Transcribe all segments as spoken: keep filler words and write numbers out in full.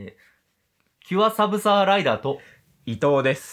えー、キュアサブサーライダーと伊藤です。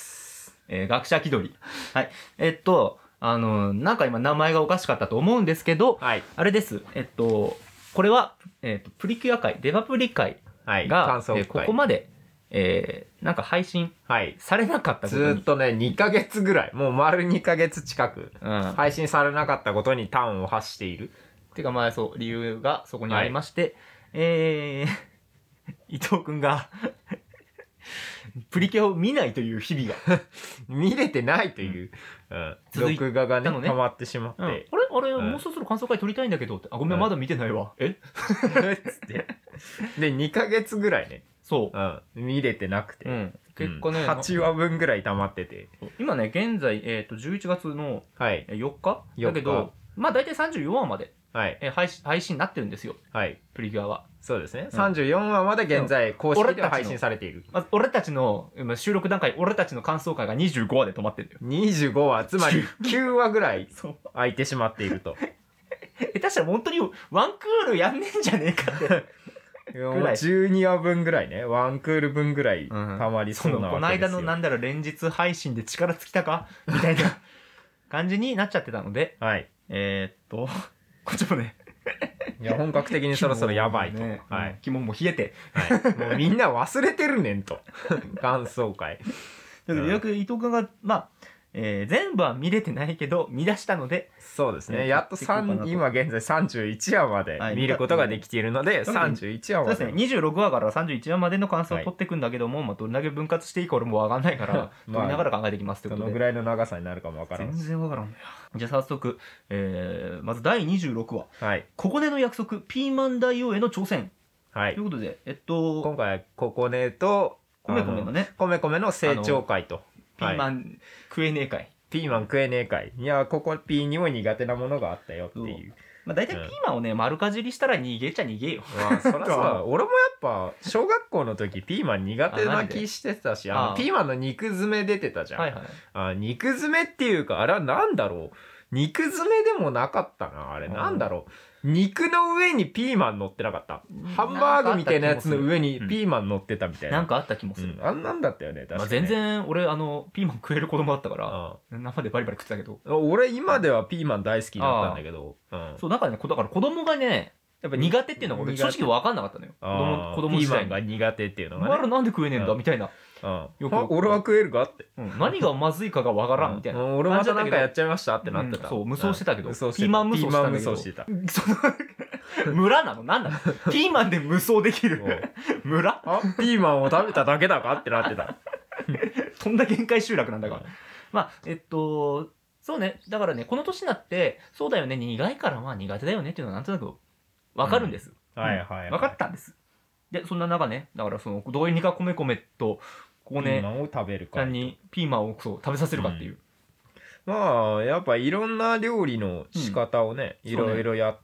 えー、学者気取り。はい。えっと、あの、なんか今名前がおかしかったと思うんですけど、 はい。 あれです。えっと、これは、えっと、プリキュア界、デバプリ界はい。 が、 感想会えーここまで、えー、なんか配信はい。 されなかったことずに。 ーっとね、にかげつぐらい、もう丸にかげつ近く、 うん。 配信されなかったことに端を発している。 てかまあそう、理由がそこにありまして、えー、伊藤くんが、プリキュアを見ないという日々が。 見れてないという、うん続いたのね録画がね、溜まってしまっうん、あれて。 あれ、 うんもうそろそろ感想会撮りたいんだけどって。あ、ごめん、 うんまだ見てないわ。えつって。で、にかげつぐらいね、 そうん、見れてなくて。 う。うん。結果ね、 うんはちわぶんぐらい溜まってて。 今ね、現在、えっ、と、じゅういちがつのはい。 えーよっかよっかだけど、まあ大体さんじゅうよんわまで、 はい。 えー配信配信になってるんですよ。 はい。 プリキュアは。 そうですね。さんじゅうよんわまで現在、公式では配信されている。 まず俺たちの、今収録段階、俺たちの感想会がにじゅうごわで止まってるんだよ。 にじゅうごわ、つまりきゅうわぐらいそう。 空いてしまっていると。 下手したら本当にワンクールやんねえんじゃねえかって。 もうじゅうにわぶんぐらいね、ワンクール分ぐらいうんたまりそそうなのこのわけですよ。 間のなんだろう連日配信で力尽きたかみたいな感じになっちゃってたので、 はい。 えー、っと、こっちもね、 いや、本格的にそろそろやばいと。 ね、 はい。 肝も冷えて。 はい。もうみんな忘れてるねんと。感想会。 だけど、ようやく伊藤君が、まあ、えー、全部は見れてないけど、見出したので、 そうですね。 えーやっとさん、今現在さんじゅういちわまで見ることができているので、 はいさんじゅういちわまで。 そうですね、にじゅうろくわからさんじゅういちわまでの感想を取っていくんだけども、はい、まあ、どれだけ分割していいか俺もわかんないから、 まあ、 取りながら考えていきますってことで。 どのぐらいの長さになるかもわからん。 全然わからんのよ。じゃあ早速、えー、まずだいにじゅうろくわ。 はい。 ここねの約束、ピーマン大王への挑戦。 はい。 ということで、えっと、 今回、ココネと、 コメコメのね、 コメコメの成長会と。 ピーマン食えねえ会。 ピーマン食えねえ会。いや、ここピーにも苦手なものがあったよっていう。 まあ大体ピーマンをね、丸かじりしたら逃げちゃ逃げよ。 まあ、そらさ、俺もやっぱ、小学校の時ピーマン苦手な気してたし、あの、ピーマンの肉詰め出てたじゃん。 はいはい。 あ、肉詰めっていうか、あれはなんだろう。肉詰めでもなかったな、あれ。なんだろう。肉の上にピーマン乗ってなかった。ハンバーグみたいなやつの上にピーマン乗ってたみたいな。 なんかあった気もする。 うん、あんなんだったよね、確かに、ね。 まあ、全然、俺、あの、ピーマン食える子供だったから、生でバリバリ食ってたけど。 俺、今ではピーマン大好きだったんだけど。 うん、そう、なんかね、だから子供がね、やっぱ苦手っていうのが俺正直分かんなかったのよ。子供、子供ピーマンが苦手っていうのがね。 お前らなんで食えねえんだ、みたいな。 うん、よく俺は食えるかって、 うん、何がまずいかがわからんみたいな、 うん、俺またなんかやっちゃいましたってなってた、 うん、そう無双してたけど、 うん、 ピーマン無双したんだけどしてた村なの何なのピーマンで無双できる村あピーマンを食べただけだかってなってたとんだ限界集落なんだから、うん、まあえっとそうねだからねこの年になってそうだよね苦いからまあ苦手だよねっていうのはなんとなく分かるんです、 うん、はいはい、はい、 分かったんですでそんな中ねだからそのどういうにか米米とここね、 ピーマンを食べるか。 ちゃんにピーマンをそう食べさせるかっていう。 うん、まあ、やっぱいろんな料理の仕方をね、うん、いろいろやって、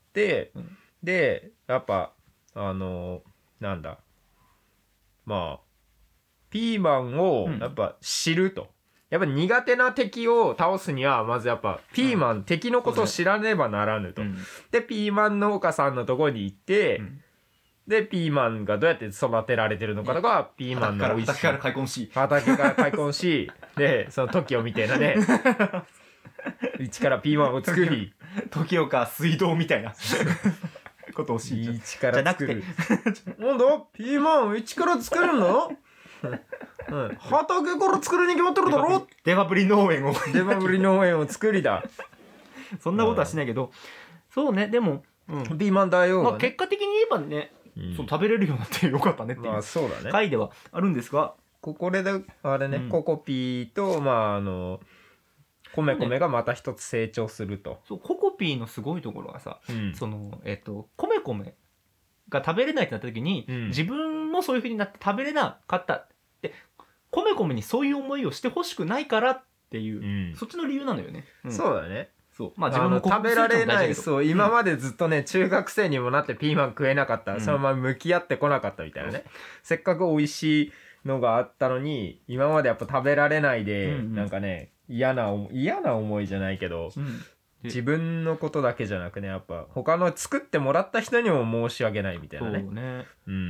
ねうん、で、やっぱ、あの、なんだ、まあ、ピーマンをやっぱ知ると。うん、やっぱ苦手な敵を倒すには、まずやっぱ、ピーマン、うん、敵のことを知らねばならぬと。うん、で、ピーマン農家さんのところに行って、うんで、ピーマンがどうやって育てられてるのかとか、ピーマンの美味しい。 畑から開墾し。 畑から開墾し、で、その時をみたいなね、一からピーマンを作り。 時をか水道みたいなことをし。 一から作る。なんだピーマンを一から作るのうん、畑から作るに決まってるだろデバブリ農園を。 デバブリ農園を作りだ。 そんなことはしないけど、うん、そうね、でも、 うん、ピーマン大王が、ね。 まあ結果的に言えばね、うん、そう食べれるようになってよかったねっていう、 まあそうだね、 回ではあるんですがここであれね、うん、ココピーとまああのコメコメがまた一つ成長すると、 そうココピーのすごいところがさ、うん、そのえっとコメコメが食べれないってなった時に、うん、自分もそういう風になって食べれなかったでコメコメにそういう思いをしてほしくないからっていう、うん、そっちの理由なのよね、 うん、そうだねそうまあ自分も食べられないそう今までずっとね、うん、中学生にもなってピーマン食えなかった、うん、そのまま向き合ってこなかったみたいなね、うん、せっかく美味しいのがあったのに今までやっぱ食べられないで、うんうん、なんかね嫌な嫌な思いじゃないけど、うん、自分のことだけじゃなくねやっぱ他の作ってもらった人にも申し訳ないみたいなねそうね、 うん、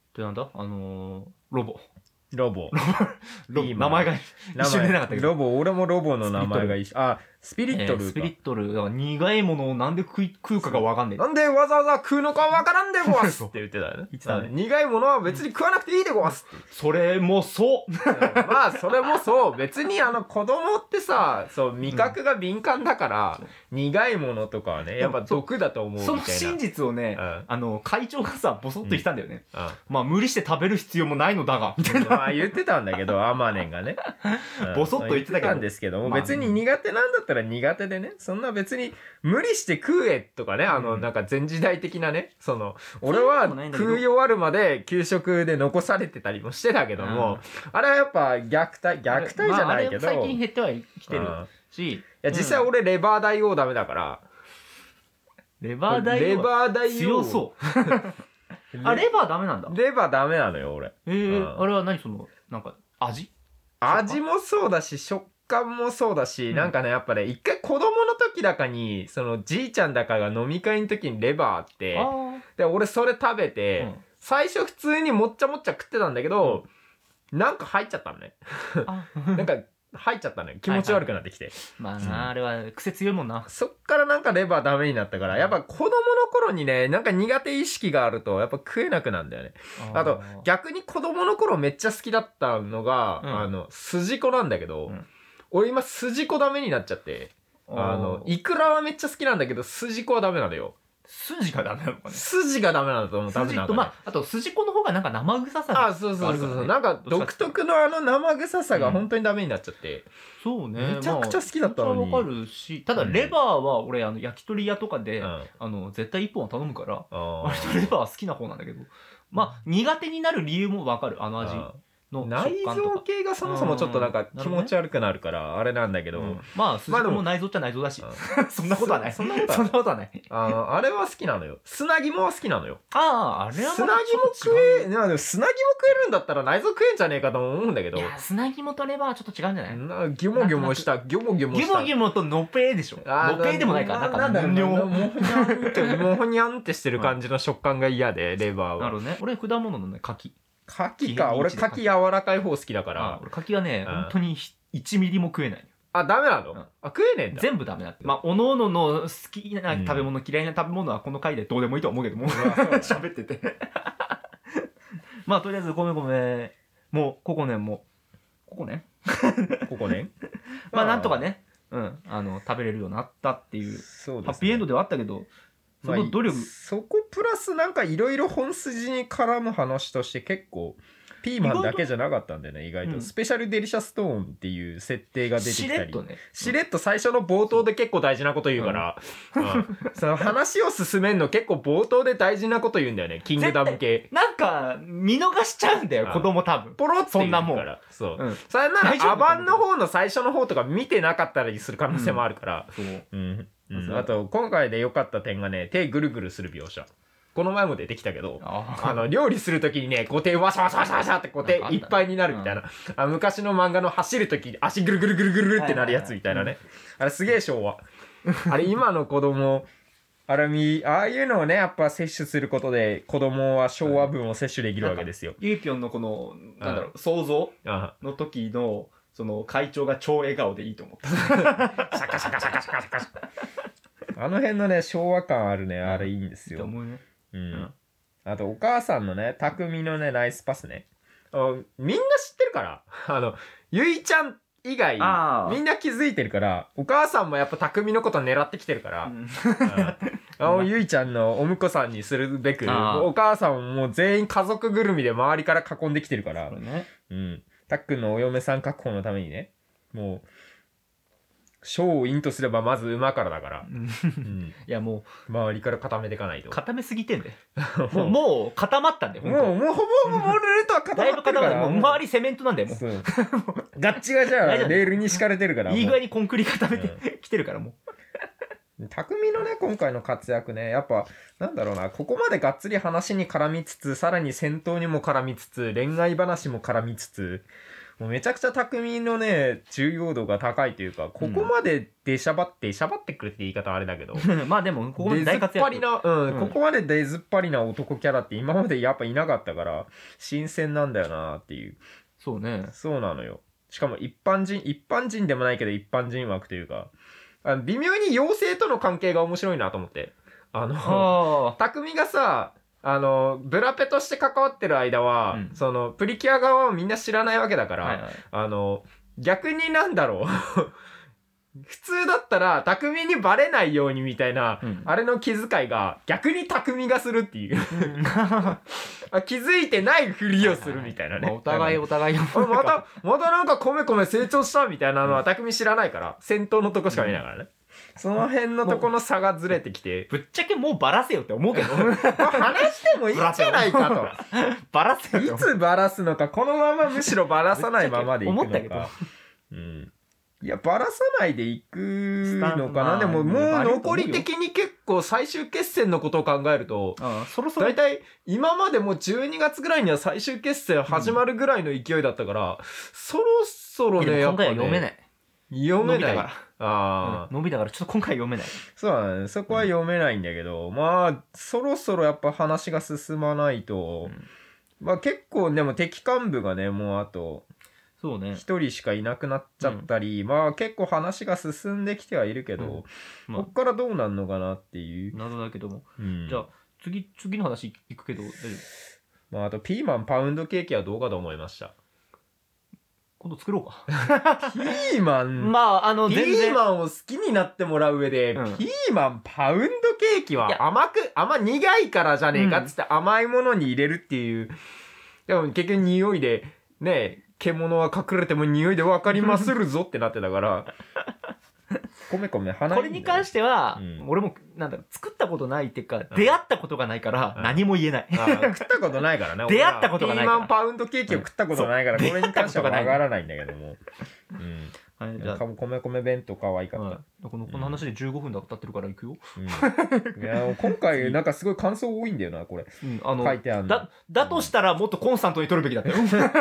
でなんだあのー、ロボロボロボ名前が一瞬出なかったけどロボ俺もロボの名前がいいしあスピリットルか、 えー、スピリットルだから苦いものをなんで食い食うかが分かんねえなんでわざわざ食うのかわからんでごわすって言ってたよね。 言ってたね苦いものは別に食わなくていいでごわすって。 それもそうまあそれもそう別にあの子供ってさそう味覚が敏感だから、うん、苦いものとかはねやっぱ毒だと思うみたいな。 その真実をね、うん、あの会長がさボソッと言ったんだよね、 うんうん、 まあ無理して食べる必要もないのだがみたいな、 まあ言ってたんだけどアマネンがね、 うん、ボソッと言ってたけど、 言ってたんですけども、まあ、別に苦手なんだったら苦手でねそんな別に無理して食えとかね、あの、なんか前時代的なね、その、俺は食い終わるまで給食で残されてたりもしてたけども、あれはやっぱ虐待、虐待じゃないけど。 最近減ってはきてるし。 いや、実際俺レバー大王ダメだから。 レバー大王レバー大王強そう。あ、レバーダメなんだ。 レバーダメなのよ、俺。 えー、あれは何その、なんか、味味もそうだし、食感もそうだし、うん、なんかねやっぱね一回子供の時だかにそのじいちゃんだかが飲み会の時にレバーあってで俺それ食べて、うん、最初普通にもっちゃもっちゃ食ってたんだけど、うん、なんか入っちゃったのねなんか入っちゃったのよ気持ち悪くなってきて、 はいはい、まあな、うん、あれは癖強いもんな。 そっからなんかレバーダメになったからやっぱ子供の頃にねなんか苦手意識があるとやっぱ食えなくなんだよね。 あ, あと逆に子供の頃めっちゃ好きだったのが、うん、あの筋子なんだけど、うん俺今筋子ダメになっちゃってあのイクラはめっちゃ好きなんだけど筋子はダメなのよ。 筋がダメなのかね。 筋がダメなのと思う。 筋とまああと筋子の方がなんか生臭さがあるから、ね、 あそうそうそうそうなんか独特のあの生臭さが本当にダメになっちゃって、 うん、そうねめちゃくちゃ好きだったのに、 まあ、わかるしただレバーは俺あの焼き鳥屋とかで、うん、あの絶対一本は頼むから割とレバーは好きな方なんだけどまあ苦手になる理由もわかるあの味。の内臓系がそもそもちょっとなんか気持ち悪くなるからあれなんだけど、うん、 まあ筋子も内臓っちゃ内臓だし、まあ、そんなことはないそんなことはないあのあれは好きなのよ。砂肝は好きなのよ。 あああれは砂肝食えでも砂肝食えるんだったら内臓食えんじゃねえかと思うんだけどいや砂肝とレバーはちょっと違うんじゃないなギョモギョモしたギョモギョモしたギョモギョモとのぺーでしょ。のぺーでもないかなんかもうもほにゃんってしてる感じの食感が嫌でレバーは。 なるほどね。俺果物のね柿柿か俺柿柔らかい方好きだから俺柿はね、うん、本当にいちミリも食えない。 あダメなの、うん、あ食えねえんだ。 全部ダメだって。まあおのおのの好きな食べ物、うん、嫌いな食べ物はこの回でどうでもいいと思うけども喋っててまあとりあえずごめんごめんもうここねんもここねここねまあなんとかねうんあの食べれるようになったっていうそうです、ね、ハッピーエンドではあったけどその努力、まあ、 そこプラスなんかいろいろ本筋に絡む話として結構ピーマンだけじゃなかったんでね意外と、うん、スペシャルデリシャストーンっていう設定が出てきたりしれっとねしれっと最初の冒頭で結構大事なこと言うから、うんうん、その話を進めんの結構冒頭で大事なこと言うんだよねキングダム系なんか見逃しちゃうんだよ子供多分ポロッと言うからそう、うん、それならアバンの方の最初の方とか見てなかったりする可能性もあるから、うんそううんうん、あと今回で良かった点がね手ぐるぐるする描写この前も出てきたけど あ, あの料理するときにねこう手ワシャワシャワシャワシャってこう手いっぱいになるみたいな、うん、あ昔の漫画の走るとき足ぐるぐるぐるぐるってなるやつみたいなね、あれすげえ昭和あれ今の子供あれみああいうのをねやっぱ摂取することで子供は昭和文を摂取できるわけですよ。 ゆいぴょんのこのなんだろう想像の時のその会長が超笑顔でいいと思ったシャカシャカシャカシャカシャカあの辺のね昭和感あるねあれいいんですよ。 思うねうん、あとお母さんのね匠のねナイスパスねあみんな知ってるからあのゆいちゃん以外みんな気づいてるからお母さんもやっぱ匠のこと狙ってきてるから、うん、あのゆいちゃんのお婿さんにするべくお母さんも全員家族ぐるみで周りから囲んできてるから、ねうん、たっくんのお嫁さん確保のためにねもう小を陰とすればまず馬からだから、うん、 いやもう周りから固めていかないと固めすぎてんでもうもう固まったんでもうもうほぼもうルートは固まってるからもう周りセメントなんだよもうガッチガチャレールに敷かれてるからいい具合にコンクリ固めて、うん、きてるからもう匠のね今回の活躍ねやっぱなんだろうなここまでがっつり話に絡みつつさらに戦闘にも絡みつつ恋愛話も絡みつつもうめちゃくちゃ匠のね重要度が高いというか、ここまで出しゃばって、しゃばってくるって言い方あれだけどまあでもここで大活躍、出ずっぱりな、うんうん、ここまで出ずっぱりな男キャラって今までやっぱいなかったから新鮮なんだよなっていう。 そうね、 そうなのよ。しかも一般人一般人でもないけど一般人枠というか、あの微妙に妖精との関係が面白いなと思って、あの匠がさ、あのブラペとして関わってる間は、うん、そのプリキュア側はみんな知らないわけだから、はいはい、あの逆になんだろう普通だったら匠にバレないようにみたいな、うん、あれの気遣いが逆に匠がするっていう気づいてないふりをするみたいなね、 まあ、お互いお互いまたまたなんか米米成長したみたいなのは匠知らないから、戦闘のとこしか見ないからね、うん、その辺のとこの差がずれてきて、 ぶっちゃけもうバラせよって思うけど話してもいいんじゃないかとバラせよいつバラすのか、このままむしろバラさないままでいくのか思ったけど、うん、いやバラさないでいくのかな。でももう残り的に結構最終決戦のことを考えると、ああそろそろだいたい今までもじゅうにがつぐらいには最終決戦始まるぐらいの勢いだったから、うん、そろそろね、 やっぱね、今回は読めない読めない。 ああ、伸びだからちょっと今回読めない。 そうだね、そこは読めないんだけど、うん、まあそろそろやっぱ話が進まないと、うん、まあ結構でも敵幹部がねもうあとそうね一人しかいなくなっちゃったり、うん、まあ結構話が進んできてはいるけど、うんまあ、こっからどうなんのかなっていう謎だけども、うん、じゃあ次次の話いくけど大丈夫？まああとピーマンパウンドケーキはどうかと思いました。 今度作ろうかピーマンまああのピーマンを好きになってもらう上で、うん、ピーマンパウンドケーキは甘く甘苦いからじゃねえかっつって甘いものに入れるっていう、うん、でも結局匂いでね、獣は隠れても匂いで分かりまするぞってなってたから米米花これに関しては、うん、俺もなんだろう作ったことないっていうか、うん、出会ったことがないから何も言えない、 うん、食ったことないからね出会ったことがないからピーマンパウンドケーキを食ったことないから、うん、これに関しては分からないんだけども、うんはい、じゃあ米米弁当可愛かった、はい、 このこの話でじゅうごふんだ経ってるから行くよ、 うん、いや今回なんかすごい感想多いんだよなこれ、うん、あの書いてあるのだ, だとしたらもっとコンスタントに取るべきだったよ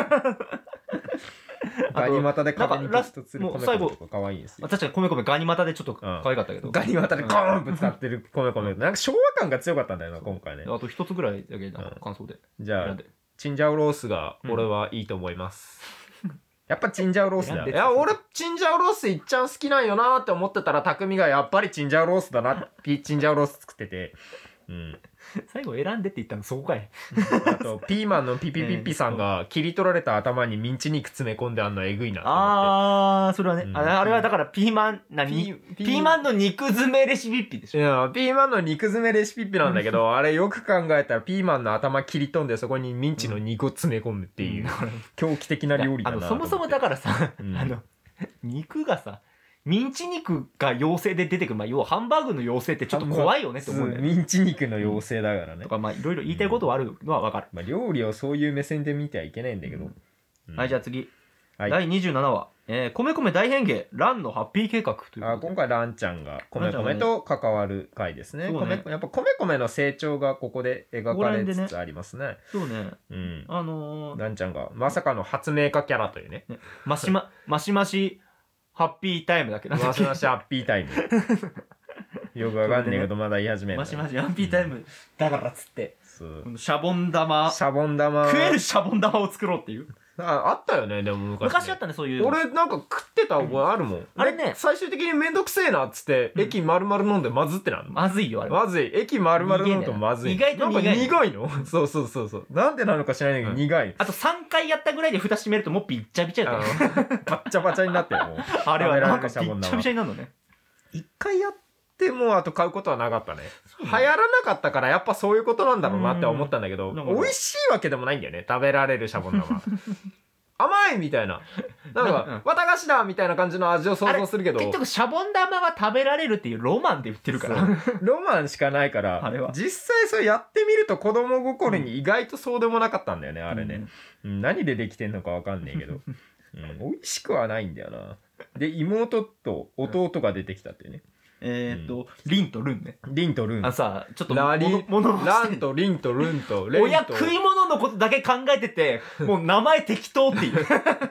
ガニ股で壁にぶつとする米米とか可愛いですよ。 確かに米米ガニ股でちょっと可愛かったけど、うん、 ガニ股でコーンぶつかってる米米なんか昭和感が強かったんだよな今回ね。 あと一つぐらいだけな、うん、感想で。 じゃあチンジャオロースが俺はいいと思います、うん、やっぱチンジャオロースだよ。いや俺チンジャオロースいっちゃん好きなんよなって思ってたら匠がやっぱりチンジャオロースだなピチンジャオロース作ってて、うん、 最後選んでって言ったのそこかいあとピーマンのピピピッピさんが切り取られた頭にミンチ肉詰め込んであんのえぐいなって思って。 ああそれはね、うん、あれはだからピーマン何ピーマンの肉詰めレシピッピでしょ。 いやピーマンの肉詰めレシピッピなんだけどあれよく考えたらピーマンの頭切り取んでそこにミンチの肉を詰め込むっていう、うん、狂気的な料理だなと思って。 あのそもそもだからさ、うん、あの肉がさミンチ肉が妖精で出てくる、まあ、要はハンバーグの妖精ってちょっと怖いよねって思うんだよね。 ミンチ肉の妖精だからね、 とかまあいろいろ言いたいことはあるのは分かる、 うんまあ、料理をそういう目線で見てはいけないんだけど、 うん、はいじゃあ次、はい、だいにじゅうななわ、えー、米米大変化ランのハッピー計画ということで、 あ今回ランちゃんが米米と関わる回ですね。米やっぱ米米の成長がここで描かれつつありますね。 そうね、 うん、 あのー、 ランちゃんがまさかの発明家キャラというね、 ねマシママシマシハッピータイムだけどマシマシハッピータイムよくわかんねえけどまだ言い始める、 マシマシハッピータイムだからっつって、うん、シャボン玉シャボン玉食えるシャボン玉を作ろうっていうあ, あったよね。でも昔ね昔あったねそういう。 俺なんか食ってた覚えあるもん、うん、 あれね最終的にめんどくせえなっつって、うん、駅丸々飲んでまずってなるの。 まずいよあれまずい。駅丸々飲むとまずい。 意外と苦い。 なんか苦いのそうそうそうそうなんでなのか知らないけど苦い、うん、 あとさんかいやったぐらいで蓋閉めるともうびっちゃびちゃやったよバッチャバチャになってるもうあれはなんかびっちゃびちゃになるのね。 一回やってもうあと買うことはなかったね。流行らなかったからやっぱそういうことなんだろうなって思ったんだけど、美味しいわけでもないんだよね食べられるシャボン玉甘いみたいななんか綿菓子だみたいな感じの味を想像するけど、 結局シャボン玉が食べられるっていうロマンで言ってるからロマンしかないからあれは実際それやってみると子供心に意外とそうでもなかったんだよね、うん、あれね、うん、何でできてんのかわかんねえけど、うん、美味しくはないんだよな。で妹と弟が出てきたっていうね、 えー、っと、うん、リンとルンね。 リンとルン。 あさ、ちょっとラリモノランとリンとルンとレンと。 親食い物のことだけ考えてて、もう名前適当っていう。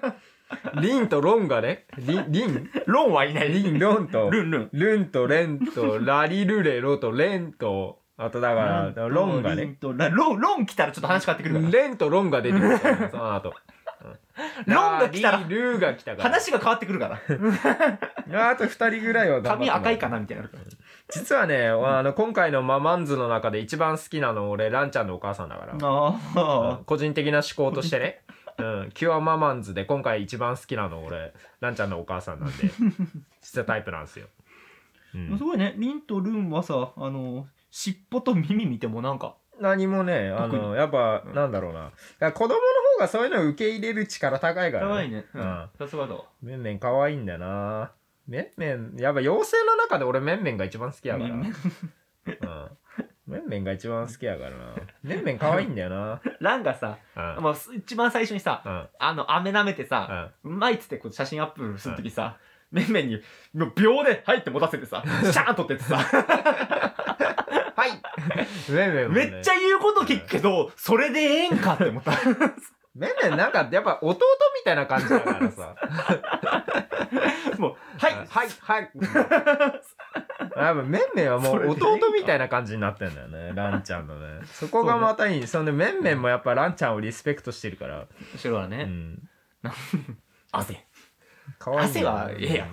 リンとロンがね、リン、リンロンはいない。 リン、ロンと、 ルンルン。 ルンとレンと、ラリルレロとレンと、あとだから、ロンがね。 ロン、ロン来たらちょっと話変わってくるから。 レンとロンが出てくるから、その後。 ロンが来たら、 ルーが来たから。 話が変わってくるから。 あと二人ぐらいは頑張って。 髪赤いかなみたいな。 実はね、あの、今回のママンズの中で一番好きなの俺、ランちゃんのお母さんだから。あ、うん、個人的な思考としてね。うん、キュアママンズで今回一番好きなの俺、ランちゃんのお母さんなんで、実はタイプなんですよ。 うん、すごいね、リンとルンはさ、あの、尻尾と耳見てもなんか。 何もね、あの、やっぱ、うん、なんだろうな。子供の方がそういうのを受け入れる力高いからね。 高いね。うん。さすがだわ。 メンメン可愛いんだよな。メンメン、やっぱ妖精の中で俺メンメンが一番好きやから。うん。メンメンが一番好きやからな。メンメン可愛いんだよな。 ランがさ、うん、もう一番最初にさ、うん、あの、飴舐めてさ、うん、うまいっつってこう写真アップするときさ、うん、メンメンに、もう秒で、はいって持たせてさ、シャーンとってってさ、はいメンメン、ね、めっちゃ言うこと聞くけど、それでええんかって思った。 メンメンなんかやっぱ弟みたいな感じだからさ。もう、はい、はい、はい。やっぱメンメンはもう弟みたいな感じになってんだよね、ランちゃんのね。そこがまたいい。そのメンメンもやっぱランちゃんをリスペクトしてるから。 後ろはね。うん。汗。 かわいい。 汗はええやん。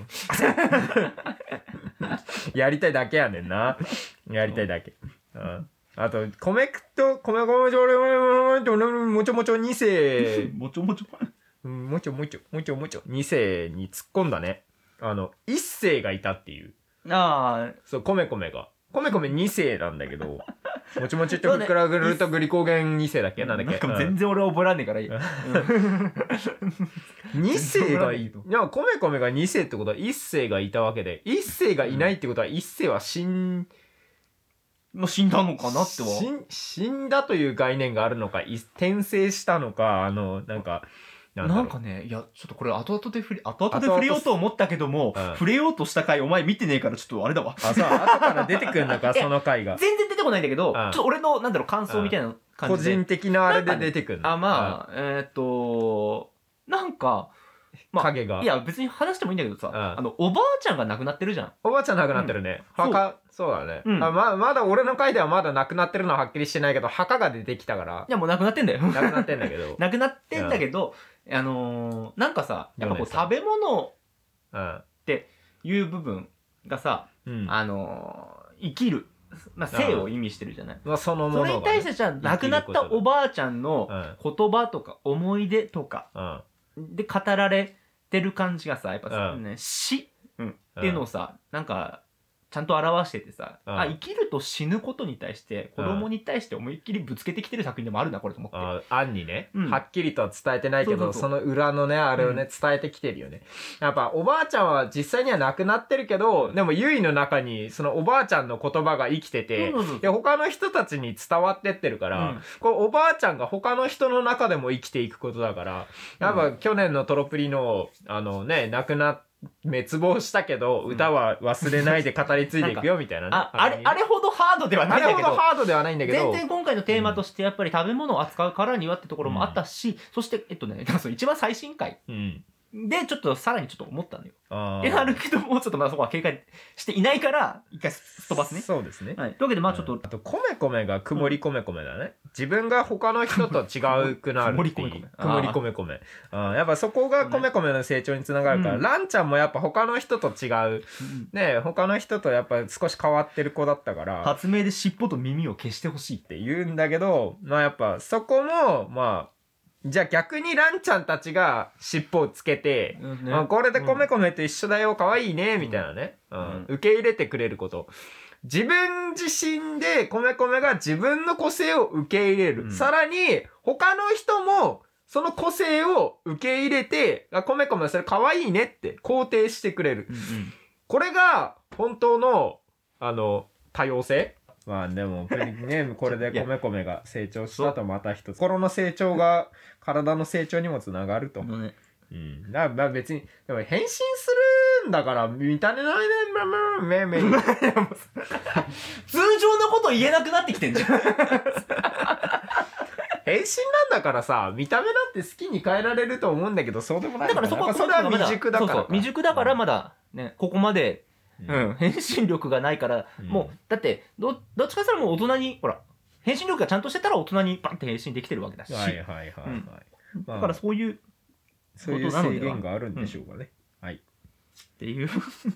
やりたいだけやねんな。やりたいだけ。うん。あと、米と、米米ちょ、もちょもちょに世。 もちょもちょもちょもちょ、もちょもちょ。に世に突っ込んだね。あの、いっ世がいたっていう。 ああ。 そう、米米が。米米に世なんだけど、もちもちとふっくらぐるとグリコーゲンに世だっけなんだっけ、 なんか全然俺は覚えらんねえからいい。 に世がいい。いや、米米がに世ってことはいっ世がいたわけで、いっ世がいないってことはいっ世は死ん、 もう死んだのかなっては死ん。死んだという概念があるのか、転生したのか、あの、なんか、 なん, なんかね、いや、ちょっとこれ後々で触れ、後々で触れようと思ったけども、うん、触れようとした回お前見てねえからちょっとあれだわ。 あ、そう、後から出てくるのか、その回が。 全然出てこないんだけど、うん、ちょっと俺の、なんだろう、感想みたいな感じで。 個人的なあれで出てくるの。 ね、あ、まあ、うん、えー、っと、なんか、まあ、 影が。 いや、別に話してもいいんだけどさ、うん、あの、おばあちゃんが亡くなってるじゃん。 おばあちゃん亡くなってるね。うん、墓、そう、そうだね。うん、あま、まだ俺の回ではまだ亡くなってるのははっきりしてないけど、墓が出てきたから。 いや、もう亡くなってんだよ。 亡くなってんだけど。 亡くなってんだけど、うん、あのー、なんかさ、やっぱこう、食べ物っていう部分がさ、うん、あのー、生きる。まあ、生を意味してるじゃない。 まあ、そのものが、ね、 それに対してじゃあ、亡くなったおばあちゃんの言葉とか思い出とかで語られてる感じがさ、やっぱさ、うんね、死、うん、っていうのをさ、なんか、ちゃんと表しててさ、うん、あ、生きると死ぬことに対して子供に対して思いっきりぶつけてきてる作品でもあるなこれと思って、 あ案にね、うん、はっきりとは伝えてないけど、そうそうそう、その裏のねあれをね、うん、伝えてきてるよね。やっぱおばあちゃんは実際には亡くなってるけど、でもゆいの中にそのおばあちゃんの言葉が生きてて、うん、で他の人たちに伝わってってるから、うん、こうおばあちゃんが他の人の中でも生きていくことだから、やっぱ去年のトロプリのあのね亡くなって滅亡したけど、うん、歌は忘れないで語り継いでいくよみたいなね。 あ, あ, れあれほどハードではないんだけど、 あれほどハードではないんだけど、 全然今回のテーマとしてやっぱり食べ物を扱うからにはってところもあったし、うん、そしてえっとね、その一番最新回、うんでちょっとさらにちょっと思ったのよ。えなるけどもうちょっとまだそこは警戒していないから一回飛ばすね。 そうですね。 はい、というわけでまあちょっと、うん、 あと米米が曇り米米だね。自分が他の人と違うくなるっていう。曇り米米。曇り米米。あやっぱそこが米米の成長につながるから、うん、ランちゃんもやっぱ他の人と違う、うん、ね他の人とやっぱ少し変わってる子だったから。 発明で尻尾と耳を消してほしいって言うんだけど、まあやっぱそこもまあ。じゃあ逆にランちゃんたちが尻尾をつけて、うんね、あこれで米米と一緒だよ、可愛いねみたいなね、うんうん、受け入れてくれること。自分自身で米米が自分の個性を受け入れる、うん、さらに他の人もその個性を受け入れて、あ米米それ可愛いねって肯定してくれる、うんうん、これが本当のあの多様性。まあでもね、これで米米が成長したとまた一つ心の成長が体の成長にもつながると、ね、うん、だから別にでも変身するんだから見た目ないねめめめ通常のこと言えなくなってきてんじゃん変身なんだからさ、見た目なんて好きに変えられると思うんだけど、そうでもないだからそこはそれは未熟だからそうそう未熟だからまだねここまで、うん、変身力がないから、うん、もうだってどどっちかしたらもう大人にほら変身力がちゃんとしてたら大人にバンって変身できてるわけだし、 はいはいはいはい、うん、 だからそういうそういう制限があるんでしょうかね、うん、はいっていう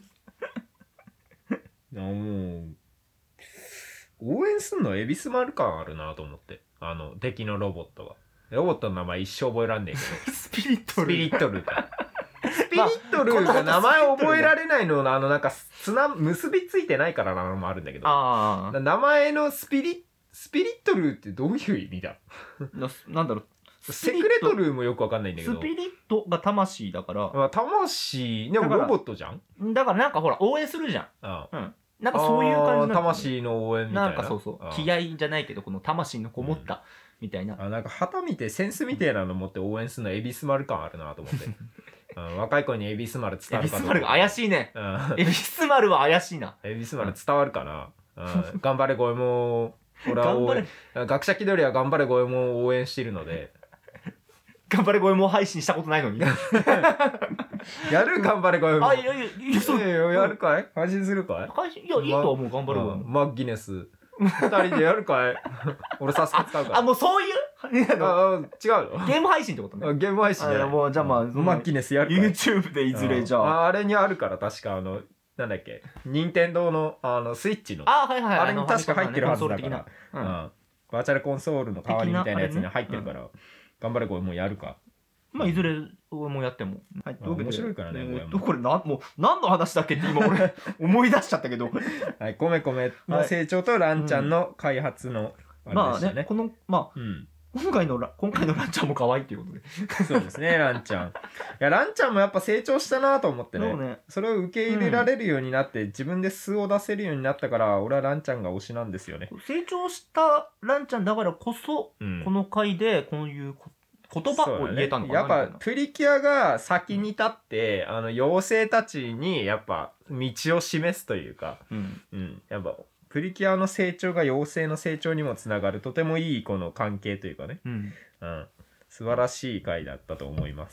もう応援すんのエビスマル感あるなと思って、あの敵のロボットがロボットの名前一生覚えらんねえけどスピリットルスピリットルスピリットルが名前覚えられないののあのなんかつな結びついてないからなのもあるんだけど、 あ名前のスピリスピリットルってどういう意味だななんだろうセクレトルーもよくわかんないんだけどスピリットが魂だから、 まあ、魂でもロボットじゃんだからなんかほら応援するじゃん、 ああ、 うんなんかそういう感じな魂の応援みたいななんかそうそう気合じゃないけどこの魂のこもった、うん、みたいなあなんか旗見てセンスみたいなの持って応援するのエビスマル感あるなと思ってうん、若い子にエビスマル伝わるかエビスマル怪しいね、うん、エビスマルは怪しいなエビスマル伝わるかな、うん、頑張れゴエモン俺は応援学者気取りは頑張れゴエモンを応援しているので頑張れゴエモン配信したことないのにやる頑張れゴエモンあいやいやいやそうやるかい配信するかい配信いやいいと思う頑張れゴエモンマッギネス二人でやるかい俺サスケ使うからあもうそういうああ違うのゲーム配信ってことねゲーム配信じゃないもうじゃあまあマッギネスやるかい YouTube でいずれじゃあああれにあるから確かあのなんだっけ任天堂のあのスイッチのあはいはいあれに確か入ってるはずだから、 ねうん、 バーチャルコンソールの代わりみたいなやつに入ってるから、ねうん、頑張れこれもうやるかまあいずれもやっても、はい、 面白いからね、 えー、これなもう何の話だっけって今俺思い出しちゃったけどはいコメコメの成長とランちゃんの開発のあれでしたね、 まあねこのまあ、うん今回のラ今回のランちゃんも可愛いっていうことでそうですねランちゃんいやランちゃんもやっぱ成長したなと思って ね, ねそれを受け入れられるようになって、うん、自分で素を出せるようになったから俺はランちゃんが推しなんですよね成長したランちゃんだからこそ、うん、この回でこういう言葉を言えたのかな、 ね、やっぱプリキュアが先に立ってあの妖精たちにやっぱ道を示すというか、うんうん、やっぱプリキュアの成長が妖精の成長にもつながるとてもいいこの関係というかね、うんうん、素晴らしい回だったと思います、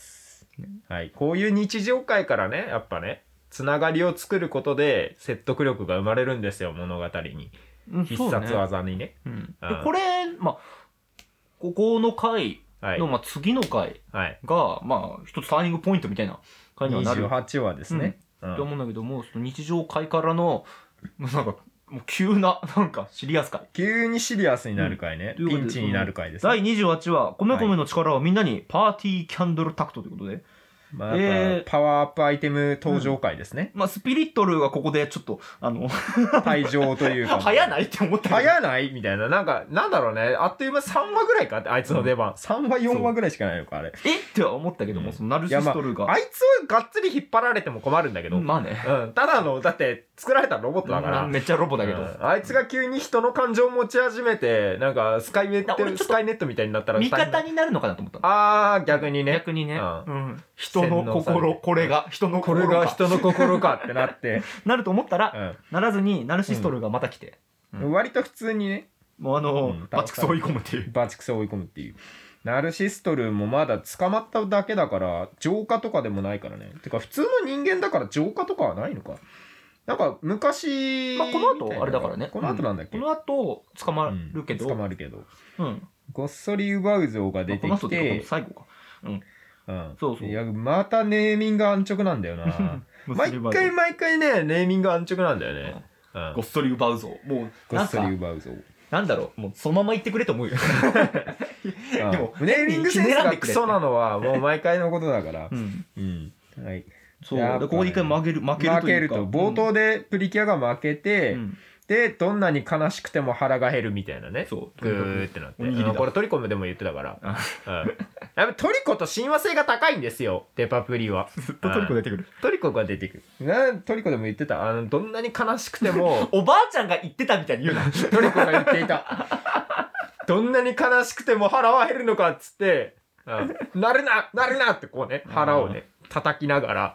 ねはい、こういう日常回からねやっぱねつながりを作ることで説得力が生まれるんですよ物語に、うん、必殺技にね、 うんうん、これまあここの回の、はいまあ、次の回が、はい、まあ一つターニングポイントみたいな回にはなるにじゅうはちわですね、 うんうん、と思うんだけどもその日常回からのなんかもう急ななんかシリアス回急にシリアスになる回ね、うん、ピンチになる回です、ね、 だいにじゅうはちわ米米の力をみんなにパーティーキャンドルタクトということで、 まあえー、パワーアップアイテム登場回ですね、 うん、まあスピリットルがここでちょっとあの退場というか早ないって思った早ないみたいななんかなんだろうねあっという間さんわぐらいかってあいつの出番、うん、さんわよんわぐらいしかないのかあれえっては思ったけども、うん、そのナルシストルがあ, あいつをがっつり引っ張られても困るんだけどまあね、 うん、ただのだって作られたロボットだから、 うん、めっちゃロボだけど、 うん、あいつが急に人の感情を持ち始めてなんかスカイネットスカイネットみたいになったら味方になるのかなと思ったああ逆にね逆にね、うんうん、人の心これが人の心かこれが人の心かってなってなると思ったら、うん、ならずにナルシストルがまた来て、 うんうん、割と普通にねもうあの、うん、バチクソ追い込むっていうバチクソ追い込むっていうナルシストルもまだ捕まっただけだから浄化とかでもないからねてか普通の人間だから浄化とかはないのかなんか昔、 まあ、この後あれだからねこの後なんだっけ、 うん、この後捕まるけど、 うん、捕まるけど、 うん、 ごっそり奪う像が出てきて、 まあ、最後かうんうん、 そうそういやまたネーミング安直なんだよな毎回毎回ねネーミング安直なんだよね、 うんうん、ごっそり奪うぞもうごっそり奪うぞなんだろうもうそのまま言ってくれと思うよでもネーミングセンスがクソなのはもう毎回のことだからうん、うん、はいそうでここで一回負ける負けるというか負けると冒頭でプリキュアが負けて、うんでどんなに悲しくても腹が減るみたいなねそうグーってなってあこれトリコムでも言ってたから、うん、やっぱトリコと親和性が高いんですよデパプリはずっとトリコ出てくるトリコが出てくるなトリコでも言ってたあのどんなに悲しくてもおばあちゃんが言ってたみたいに言うなトリコが言っていたどんなに悲しくても腹は減るのかっつって、うん、なるななるなってこうね腹をね叩きながら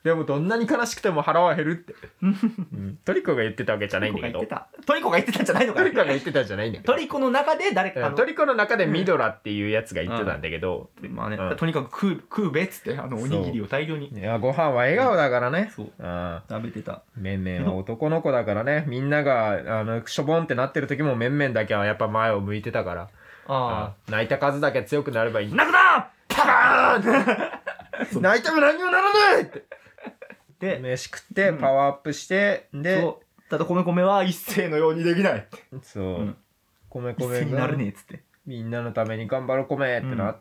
でもどんなに悲しくても腹は減るって、うん、トリコが言ってたわけじゃないんだけど、 トリコが言ってたんじゃないのかトリコが言ってたんじゃないんだけど、 トリコの中で誰かトリコの中でミドラっていうやつが言ってたんだけど、 うん、まあね、うん、とにかく食う食うべっつってあのおにぎりを大量に、 いやご飯は笑顔だからね、 そう、うん、食べてた。 メンメンは男の子だからね、みんながあのしょぼんってなってる時もメンメンだけはやっぱ前を向いてたから、ああ泣いた数だけ強くなればいい。 泣くなパーン泣いても何にもならないってで飯食ってパワーアップして、うん、でそうただ米米は一斉のようにできない。 そう、うん、米米がなるねっつってみんなのために頑張る米ってなって、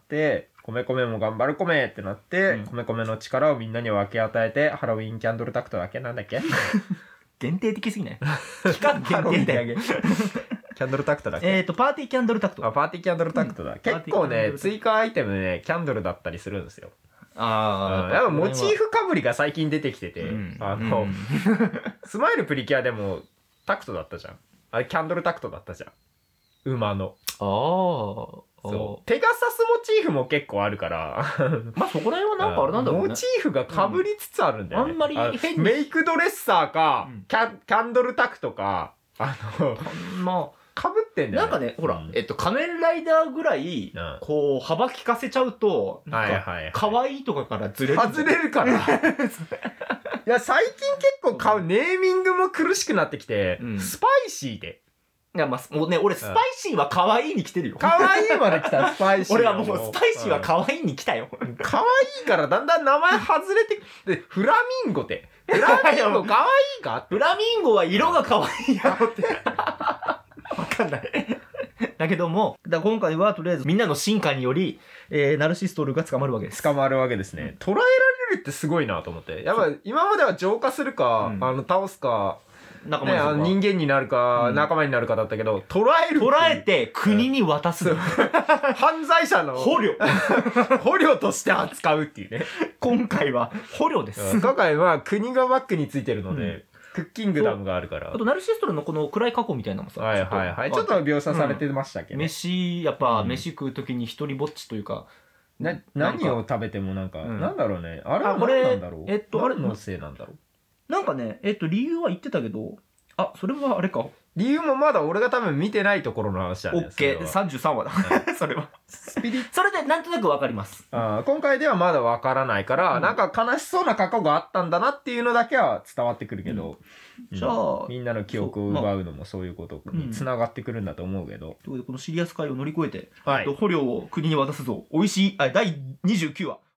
うん、米米も頑張る米ってなって、うん、米米の力をみんなに分け与えてハロウィンキャンドルタクトだっけなんだっけ限定的すぎない期間限定だよキャンドルタクトだっけ。 えっとパーティーキャンドルタクト。 あ、パーティーキャンドルタクトだ、うん、結構ね追加アイテムねキャンドルだったりするんですよ。ああ、やっぱモチーフかぶりが最近出てきてて、うん、あの、うん、スマイルプリキュアでもタクトだったじゃん。あれキャンドルタクトだったじゃん。馬の。ああ。そうペガサスモチーフも結構あるからまあそこら辺はなんかあれなんだろうね。 モチーフがかぶりつつあるんだよね、 うん、あんまり変にメイクドレッサーか、うん、キャ、キャンドルタクトかあのまあかぶってんだよね。なんかねほら、うん、えっと仮面ライダーぐらい、うん、こう幅利かせちゃうとなんか可愛いとかからずれる、 外れるからいや最近結構買うネーミングも苦しくなってきて、うん、スパイシーでいやまあもうね俺スパイシーは可愛いに来てるよ。 可愛いまで来たスパイシー。 俺はもうスパイシーは可愛いに来たよ。 可愛いからだんだん名前外れてでフラミンゴってフラミンゴ可愛いか？ フラミンゴは色が可愛いやろって。わかんない。だけどもだ今回はとりあえずみんなの進化により、えー、ナルシストルが捕まるわけです。 捕まるわけですね。捉えられるってすごいなと思って。やっぱ今までは浄化するか、うん、あの倒すか。仲間に、ね、あの人間になるか、うん、仲間になるかだったけど捉える捉えて国に渡す、うん、 犯罪者の捕虜捕虜として扱うっていうね。 今回は捕虜です。 今回は国がバックについてるので、うん、クッキングダムがあるから。 あとナルシストルのこの暗い過去みたいなのもさ、 はいはいはい、ちょっと描写されてましたけど、うん、 飯やっぱ、うん、飯食う時に一人ぼっちというかな何を食べてもなんか、うん、なんだろうねあれは何なんだろう。 えっとあれのせいなんだろう。 なんかね、えっと、理由は言ってたけど、あ、それはあれか。 理由もまだ俺が多分見てないところの話だね。 オッケー、さんじゅうさんわだ。それは。スピリそれでなんとなくわかります。 あ今回ではまだわからないから、うん、なんか悲しそうな過去があったんだなっていうのだけは伝わってくるけど、うん、じゃあ、みんなの記憶を奪うのもそういうことに繋がってくるんだと思うけど。 ということで、このシリアス会を乗り越えて、はい、捕虜を国に渡すぞ。美味しい、あ、だいにじゅうきゅうわ。